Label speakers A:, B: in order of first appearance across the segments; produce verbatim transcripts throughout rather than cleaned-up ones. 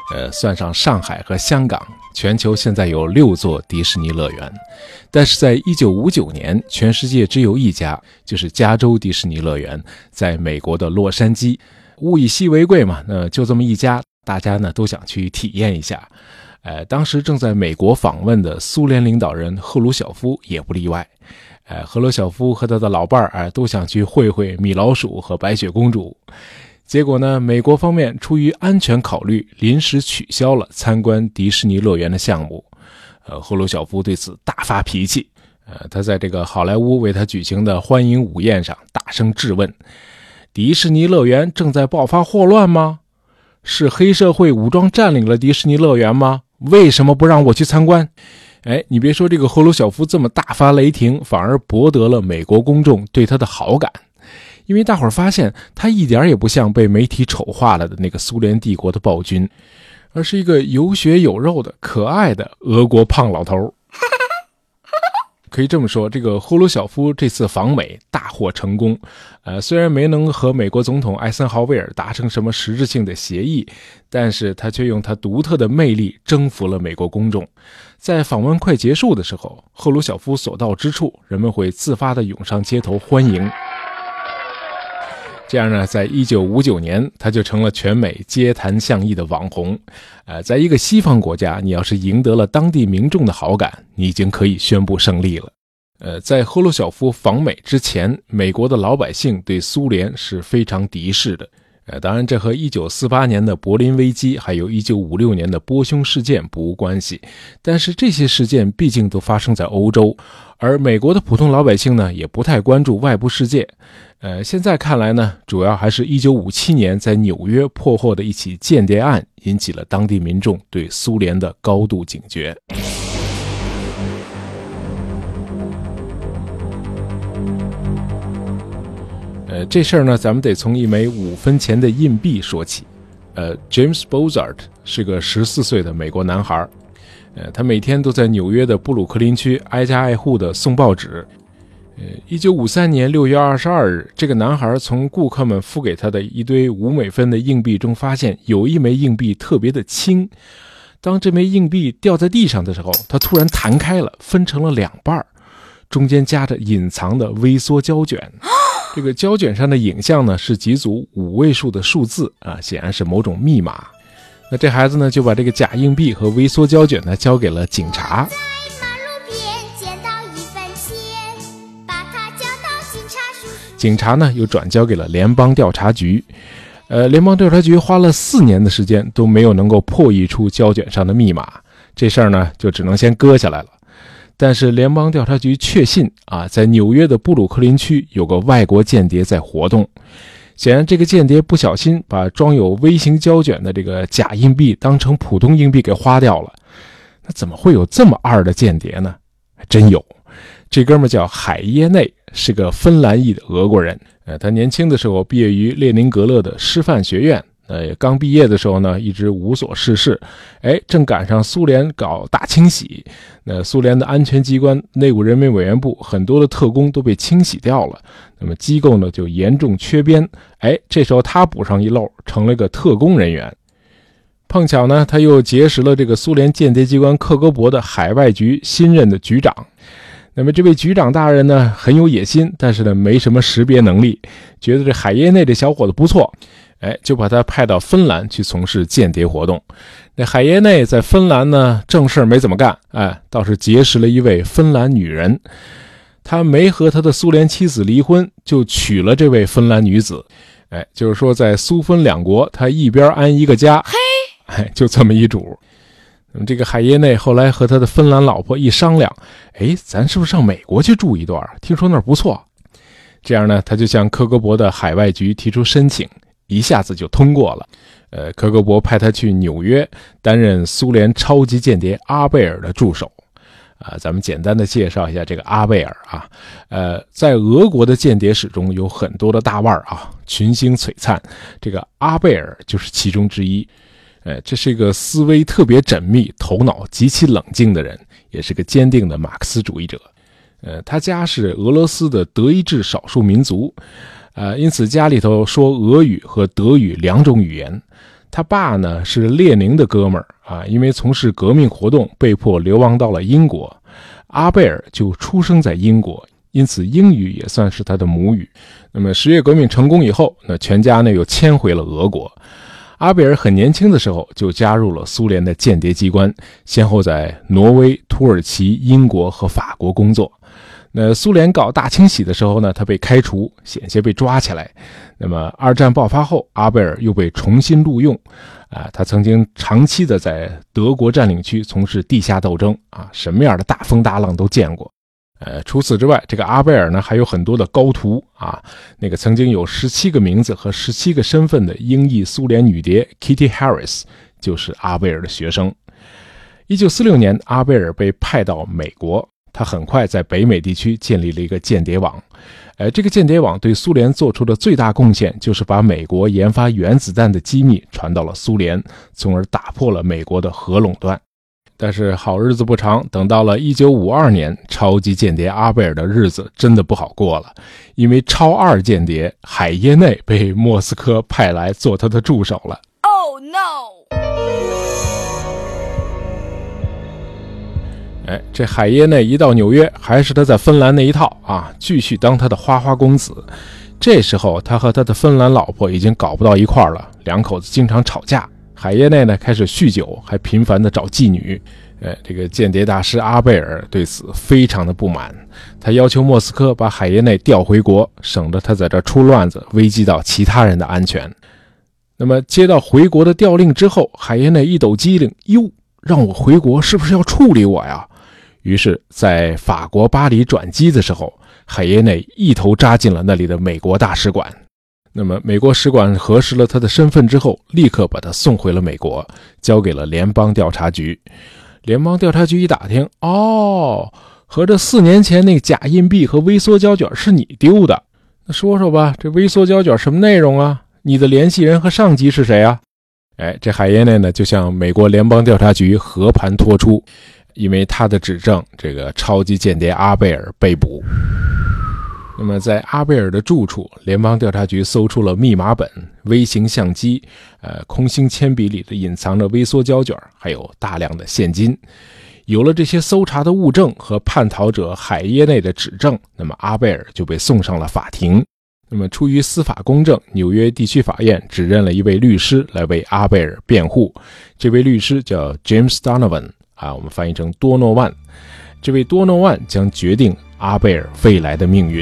A: 呃，算上上海和香港，全球现在有六座迪士尼乐园。但是在一九五九年，全世界只有一家，就是加州迪士尼乐园，在美国的洛杉矶。物以稀为贵嘛，那就这么一家，大家呢都想去体验一下。呃，当时正在美国访问的苏联领导人赫鲁晓夫也不例外。呃，赫鲁晓夫和他的老伴儿、呃、都想去会会米老鼠和白雪公主。结果呢，美国方面出于安全考虑，临时取消了参观迪士尼乐园的项目。呃，赫鲁晓夫对此大发脾气。呃，他在这个好莱坞为他举行的欢迎午宴上大声质问：迪士尼乐园正在爆发霍乱吗？是黑社会武装占领了迪士尼乐园吗？为什么不让我去参观？哎，你别说这个赫鲁晓夫这么大发雷霆，反而博得了美国公众对他的好感。因为大伙儿发现他一点也不像被媒体丑化了的那个苏联帝国的暴君，而是一个有血有肉的可爱的俄国胖老头。可以这么说，这个赫鲁晓夫这次访美大获成功。呃，虽然没能和美国总统艾森豪威尔达成什么实质性的协议，但是他却用他独特的魅力征服了美国公众。在访问快结束的时候，赫鲁晓夫所到之处，人们会自发地涌上街头欢迎。这样呢，在一九五九年，他就成了全美街谈巷议的网红。呃，在一个西方国家，你要是赢得了当地民众的好感，你已经可以宣布胜利了。呃，在赫鲁晓夫访美之前，美国的老百姓对苏联是非常敌视的。呃，当然这和一九四八年的柏林危机还有一九五六年的波匈事件不无关系，但是这些事件毕竟都发生在欧洲，而美国的普通老百姓呢也不太关注外部世界。呃，现在看来呢，主要还是一九五七年在纽约破获的一起间谍案引起了当地民众对苏联的高度警觉。呃，这事儿呢，咱们得从一枚五分钱的硬币说起。呃 ，James Bozart 是个十四岁的美国男孩，呃，他每天都在纽约的布鲁克林区挨家挨户的送报纸。呃，一九五三年六月二十二日，这个男孩从顾客们付给他的一堆五美分的硬币中发现，有一枚硬币特别的轻。当这枚硬币掉在地上的时候，他突然弹开了，分成了两半，中间夹着隐藏的微缩胶卷。这个胶卷上的影像呢，是几组五位数的数字啊，显然是某种密码。那这孩子呢，就把这个假硬币和微缩胶卷呢交给了警察。警察呢又转交给了联邦调查局。呃，联邦调查局花了四年的时间都没有能够破译出胶卷上的密码，这事儿呢就只能先搁下来了。但是联邦调查局确信啊，在纽约的布鲁克林区有个外国间谍在活动。显然这个间谍不小心把装有微型胶卷的这个假硬币当成普通硬币给花掉了。那怎么会有这么二的间谍呢？还真有。这哥们叫海耶内，是个芬兰裔的俄国人。呃，他年轻的时候毕业于列宁格勒的师范学院。呃，刚毕业的时候呢，一直无所事事。哎，正赶上苏联搞大清洗，那苏联的安全机关内务人民委员部很多的特工都被清洗掉了，那么机构呢就严重缺编。哎，这时候他补上一漏，成了个特工人员。碰巧呢，他又结识了这个苏联间谍机关克格勃的海外局新任的局长。那么这位局长大人呢很有野心，但是呢没什么识别能力，觉得这海耶内这小伙子不错，哎，就把他派到芬兰去从事间谍活动。那海耶内在芬兰呢正事没怎么干，哎，倒是结识了一位芬兰女人。他没和他的苏联妻子离婚，就娶了这位芬兰女子。哎，就是说在苏芬两国，他一边安一个家，嘿，哎，就这么一主。那么这个海耶内后来和他的芬兰老婆一商量，哎，咱是不是上美国去住一段？听说那儿不错。这样呢，他就向克格勃的海外局提出申请，一下子就通过了。呃，克格勃派他去纽约担任苏联超级间谍阿贝尔的助手。啊、呃，咱们简单的介绍一下这个阿贝尔啊。呃，在俄国的间谍史中有很多的大腕啊，群星璀璨，这个阿贝尔就是其中之一。呃，这是一个思维特别缜密、头脑极其冷静的人，也是个坚定的马克思主义者。呃，他家是俄罗斯的德意志少数民族，呃，因此家里头说俄语和德语两种语言。 他爸呢是列宁的哥们儿啊，因为从事革命活动被迫流亡到了英国。阿贝尔就出生在英国，因此英语也算是他的母语。那么十月革命成功以后，那全家呢又迁回了俄国。阿贝尔很年轻的时候就加入了苏联的间谍机关，先后在挪威、土耳其、英国和法国工作。那苏联搞大清洗的时候呢，他被开除，险些被抓起来。那么二战爆发后，阿贝尔又被重新录用。啊，他曾经长期的在德国占领区从事地下斗争啊，什么样的大风大浪都见过。呃，除此之外，这个阿贝尔呢还有很多的高徒啊，那个曾经有十七个名字和十七个身份的英裔苏联女谍 Kitty Harris 就是阿贝尔的学生。一九四六年，阿贝尔被派到美国，他很快在北美地区建立了一个间谍网。呃，这个间谍网对苏联做出的最大贡献，就是把美国研发原子弹的机密传到了苏联，从而打破了美国的核垄断。但是好日子不长，等到了一九五二年，超级间谍阿贝尔的日子真的不好过了，因为超二间谍海耶内被莫斯科派来做他的助手了。
B: Oh no！
A: 哎，这海耶内一到纽约，还是他在芬兰那一套啊，继续当他的花花公子。这时候他和他的芬兰老婆已经搞不到一块儿了，两口子经常吵架。海耶内呢开始酗酒，还频繁的找妓女。哎，这个间谍大师阿贝尔对此非常的不满，他要求莫斯科把海耶内调回国，省得他在这出乱子，危及到其他人的安全。那么接到回国的调令之后，海耶内一抖机灵，哟，让我回国是不是要处理我呀？于是在法国巴黎转机的时候，海耶内一头扎进了那里的美国大使馆。那么美国使馆核实了他的身份之后，立刻把他送回了美国，交给了联邦调查局。联邦调查局一打听，哦，合着四年前那个假硬币和微缩胶卷是你丢的。那说说吧，这微缩胶卷什么内容啊？你的联系人和上级是谁啊？哎，这海耶内呢就向美国联邦调查局和盘托出，因为他的指证，这个超级间谍阿贝尔被捕。那么在阿贝尔的住处，联邦调查局搜出了密码本、微型相机、呃，空心铅笔里的隐藏着微缩胶卷，还有大量的现金。有了这些搜查的物证和叛逃者海耶内的指证，那么阿贝尔就被送上了法庭。那么出于司法公正，纽约地区法院指认了一位律师来为阿贝尔辩护。这位律师叫 James Donovan 啊，我们翻译成多诺万。这位多诺万将决定阿贝尔未来的命运。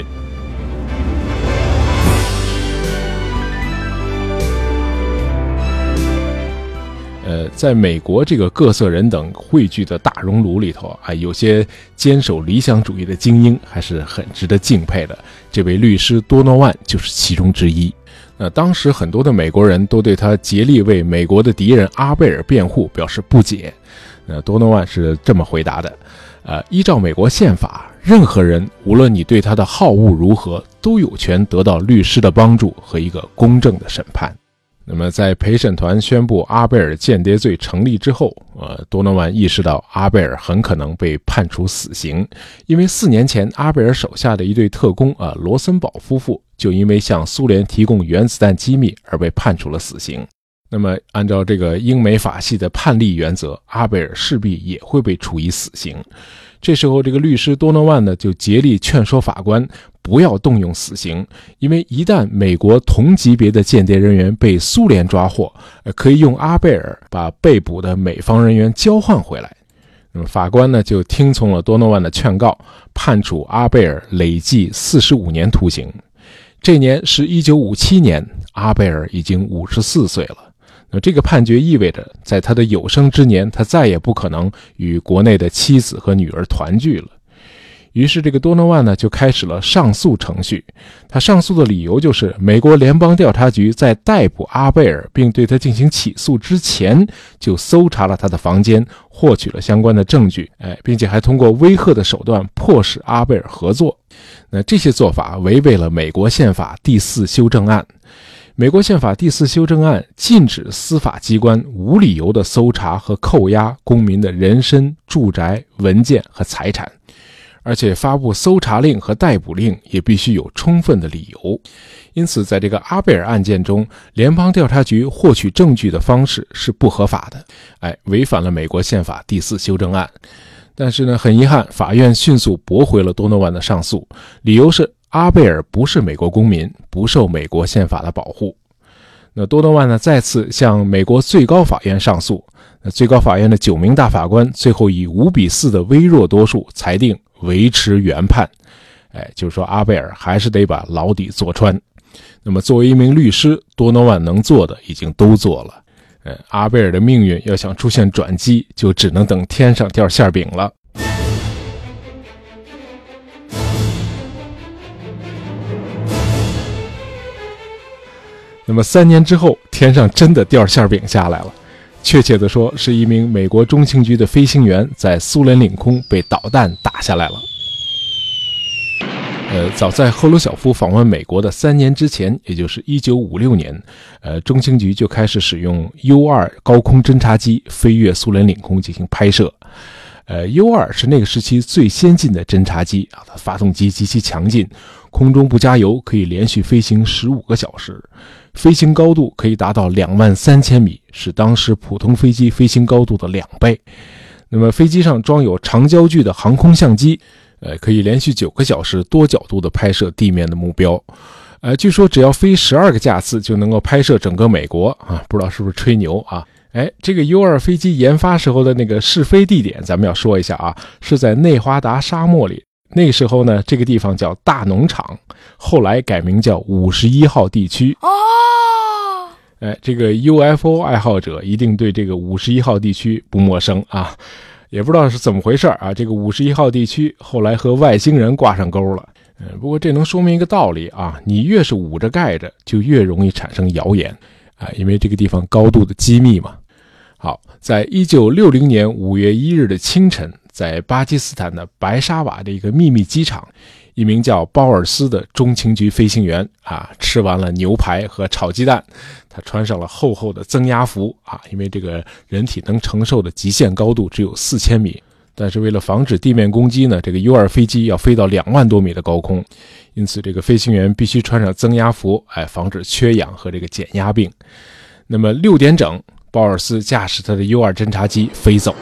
A: 呃，在美国这个各色人等汇聚的大熔炉里头啊，有些坚守理想主义的精英还是很值得敬佩的。这位律师多诺万就是其中之一。那当时很多的美国人都对他竭力为美国的敌人阿贝尔辩护表示不解。那多诺万是这么回答的：呃，依照美国宪法，任何人无论你对他的好恶如何，都有权得到律师的帮助和一个公正的审判。那么在陪审团宣布阿贝尔间谍罪成立之后，呃，多诺万意识到阿贝尔很可能被判处死刑，因为四年前阿贝尔手下的一对特工啊，罗森堡夫妇就因为向苏联提供原子弹机密而被判处了死刑。那么按照这个英美法系的判例原则，阿贝尔势必也会被处以死刑。这时候这个律师多诺万呢就竭力劝说法官不要动用死刑，因为一旦美国同级别的间谍人员被苏联抓获，可以用阿贝尔把被捕的美方人员交换回来。那么法官呢就听从了多诺万的劝告，判处阿贝尔累计四十五年徒刑。这年是一九五七年，阿贝尔已经五十四岁了。那这个判决意味着，在他的有生之年，他再也不可能与国内的妻子和女儿团聚了。于是这个多诺万呢就开始了上诉程序。他上诉的理由就是美国联邦调查局在逮捕阿贝尔并对他进行起诉之前，就搜查了他的房间，获取了相关的证据，哎，并且还通过威吓的手段迫使阿贝尔合作。那这些做法违背了美国宪法第四修正案。美国宪法第四修正案禁止司法机关无理由的搜查和扣押公民的人身、住宅、文件和财产。 而且发布搜查令和逮捕令也必须有充分的理由。因此在这个阿贝尔案件中，联邦调查局获取证据的方式是不合法的，哎，违反了美国宪法第四修正案。但是呢，很遗憾，法院迅速驳回了多诺万的上诉，理由是阿贝尔不是美国公民，不受美国宪法的保护。那多诺万呢再次向美国最高法院上诉，那最高法院的九名大法官最后以五比四的微弱多数裁定维持原判，哎，就是说阿贝尔还是得把牢底坐穿。那么作为一名律师，多诺万能做的已经都做了，呃，阿贝尔的命运要想出现转机，就只能等天上掉馅饼了。那么三年之后，天上真的掉馅饼下来了，确切的说，是一名美国中情局的飞行员在苏联领空被导弹打下来了。呃，早在赫鲁晓夫访问美国的三年之前，也就是一九五六年，呃，中情局就开始使用 U 二 高空侦察机飞越苏联领空进行拍摄。呃 U 二 是那个时期最先进的侦察机啊，它发动机极其强劲，空中不加油可以连续飞行十五个小时，飞行高度可以达到两万三千米，是当时普通飞机飞行高度的两倍。那么飞机上装有长焦距的航空相机，呃，可以连续九个小时多角度的拍摄地面的目标。呃，据说只要飞十二个架次就能够拍摄整个美国啊，不知道是不是吹牛啊？哎，这个 U 二 飞机研发时候的那个试飞地点，咱们要说一下啊，是在内华达沙漠里。那时候呢，这个地方叫大农场，后来改名叫五十一号地区。哦，哎，这个 U F O 爱好者一定对这个五十一号地区不陌生啊。也不知道是怎么回事啊，这个五十一号地区后来和外星人挂上钩了。嗯，不过这能说明一个道理啊，你越是捂着盖着，就越容易产生谣言啊，因为这个地方高度的机密嘛。好，在一九六零年五月一日的清晨，在巴基斯坦的白沙瓦的一个秘密机场，一名叫鲍尔斯的中情局飞行员啊，吃完了牛排和炒鸡蛋，他穿上了厚厚的增压服啊，因为这个人体能承受的极限高度只有四千米，但是为了防止地面攻击呢，这个 U 二 飞机要飞到两万多米的高空，因此这个飞行员必须穿上增压服，哎，防止缺氧和这个减压病。那么六点整，鲍尔斯驾驶他的 U 二 侦察机飞走了，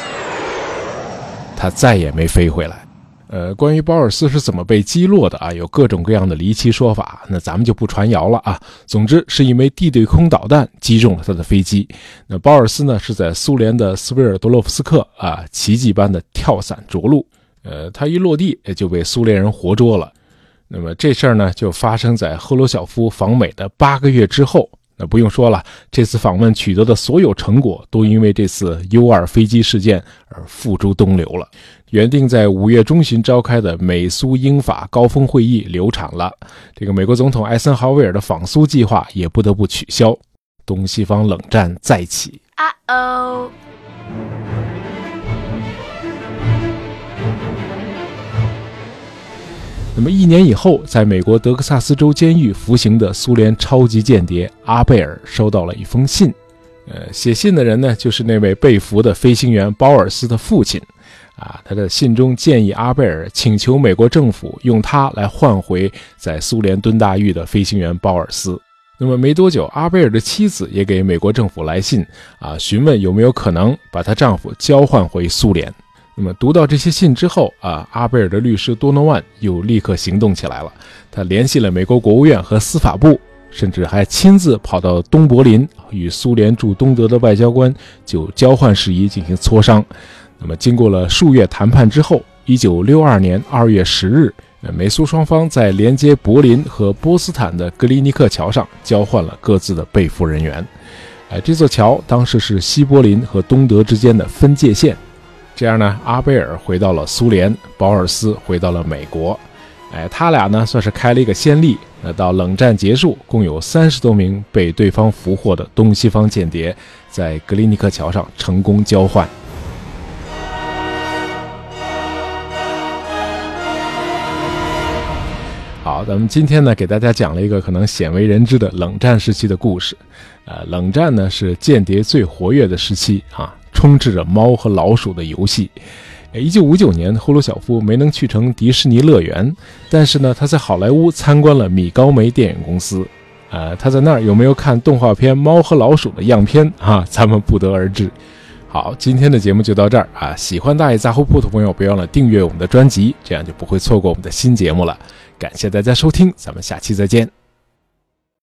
A: 他再也没飞回来。呃，关于鲍尔斯是怎么被击落的啊，有各种各样的离奇说法，那咱们就不传谣了啊。总之是一枚地对空导弹击中了他的飞机。那鲍尔斯呢是在苏联的斯维尔多洛夫斯克啊，奇迹般的跳伞着陆，呃，他一落地就被苏联人活捉了。那么这事儿呢就发生在赫鲁晓夫访美的八个月之后。那不用说了，这次访问取得的所有成果都因为这次 U 二 飞机事件而付诸东流了。原定在五月中旬召开的美苏英法高峰会议流产了，这个美国总统艾森豪威尔的访苏计划也不得不取消，东西方冷战再起。啊哦。那么一年以后，在美国德克萨斯州监狱服刑的苏联超级间谍阿贝尔收到了一封信，呃，写信的人呢，就是那位被俘的飞行员鲍尔斯的父亲，啊，他的信中建议阿贝尔请求美国政府用他来换回在苏联敦大狱的飞行员鲍尔斯。那么没多久，阿贝尔的妻子也给美国政府来信，啊，询问有没有可能把她丈夫交换回苏联。那么读到这些信之后啊，阿贝尔的律师多诺万又立刻行动起来了。他联系了美国国务院和司法部，甚至还亲自跑到东柏林与苏联驻东德的外交官就交换事宜进行磋商。那么经过了数月谈判之后，一九六二年二月十日，美苏双方在连接柏林和波斯坦的格里尼克桥上交换了各自的被俘人员。哎，这座桥当时是西柏林和东德之间的分界线。这样呢，阿贝尔回到了苏联，保尔斯回到了美国。哎，他俩呢算是开了一个先例。那到冷战结束，共有三十多名被对方俘获的东西方间谍在格里尼克桥上成功交换。好，咱们今天呢给大家讲了一个可能鲜为人知的冷战时期的故事。呃，冷战呢是间谍最活跃的时期啊，充斥着猫和老鼠的游戏。 一九五九年，赫鲁晓夫没能去成迪士尼乐园，但是呢，他在好莱坞参观了米高梅电影公司。呃，他在那儿有没有看动画片《猫和老鼠》的样片啊？咱们不得而知。好，今天的节目就到这儿啊！喜欢大爷杂货铺的朋友，别忘了订阅我们的专辑，这样就不会错过我们的新节目了。感谢大家收听，咱们下期再见。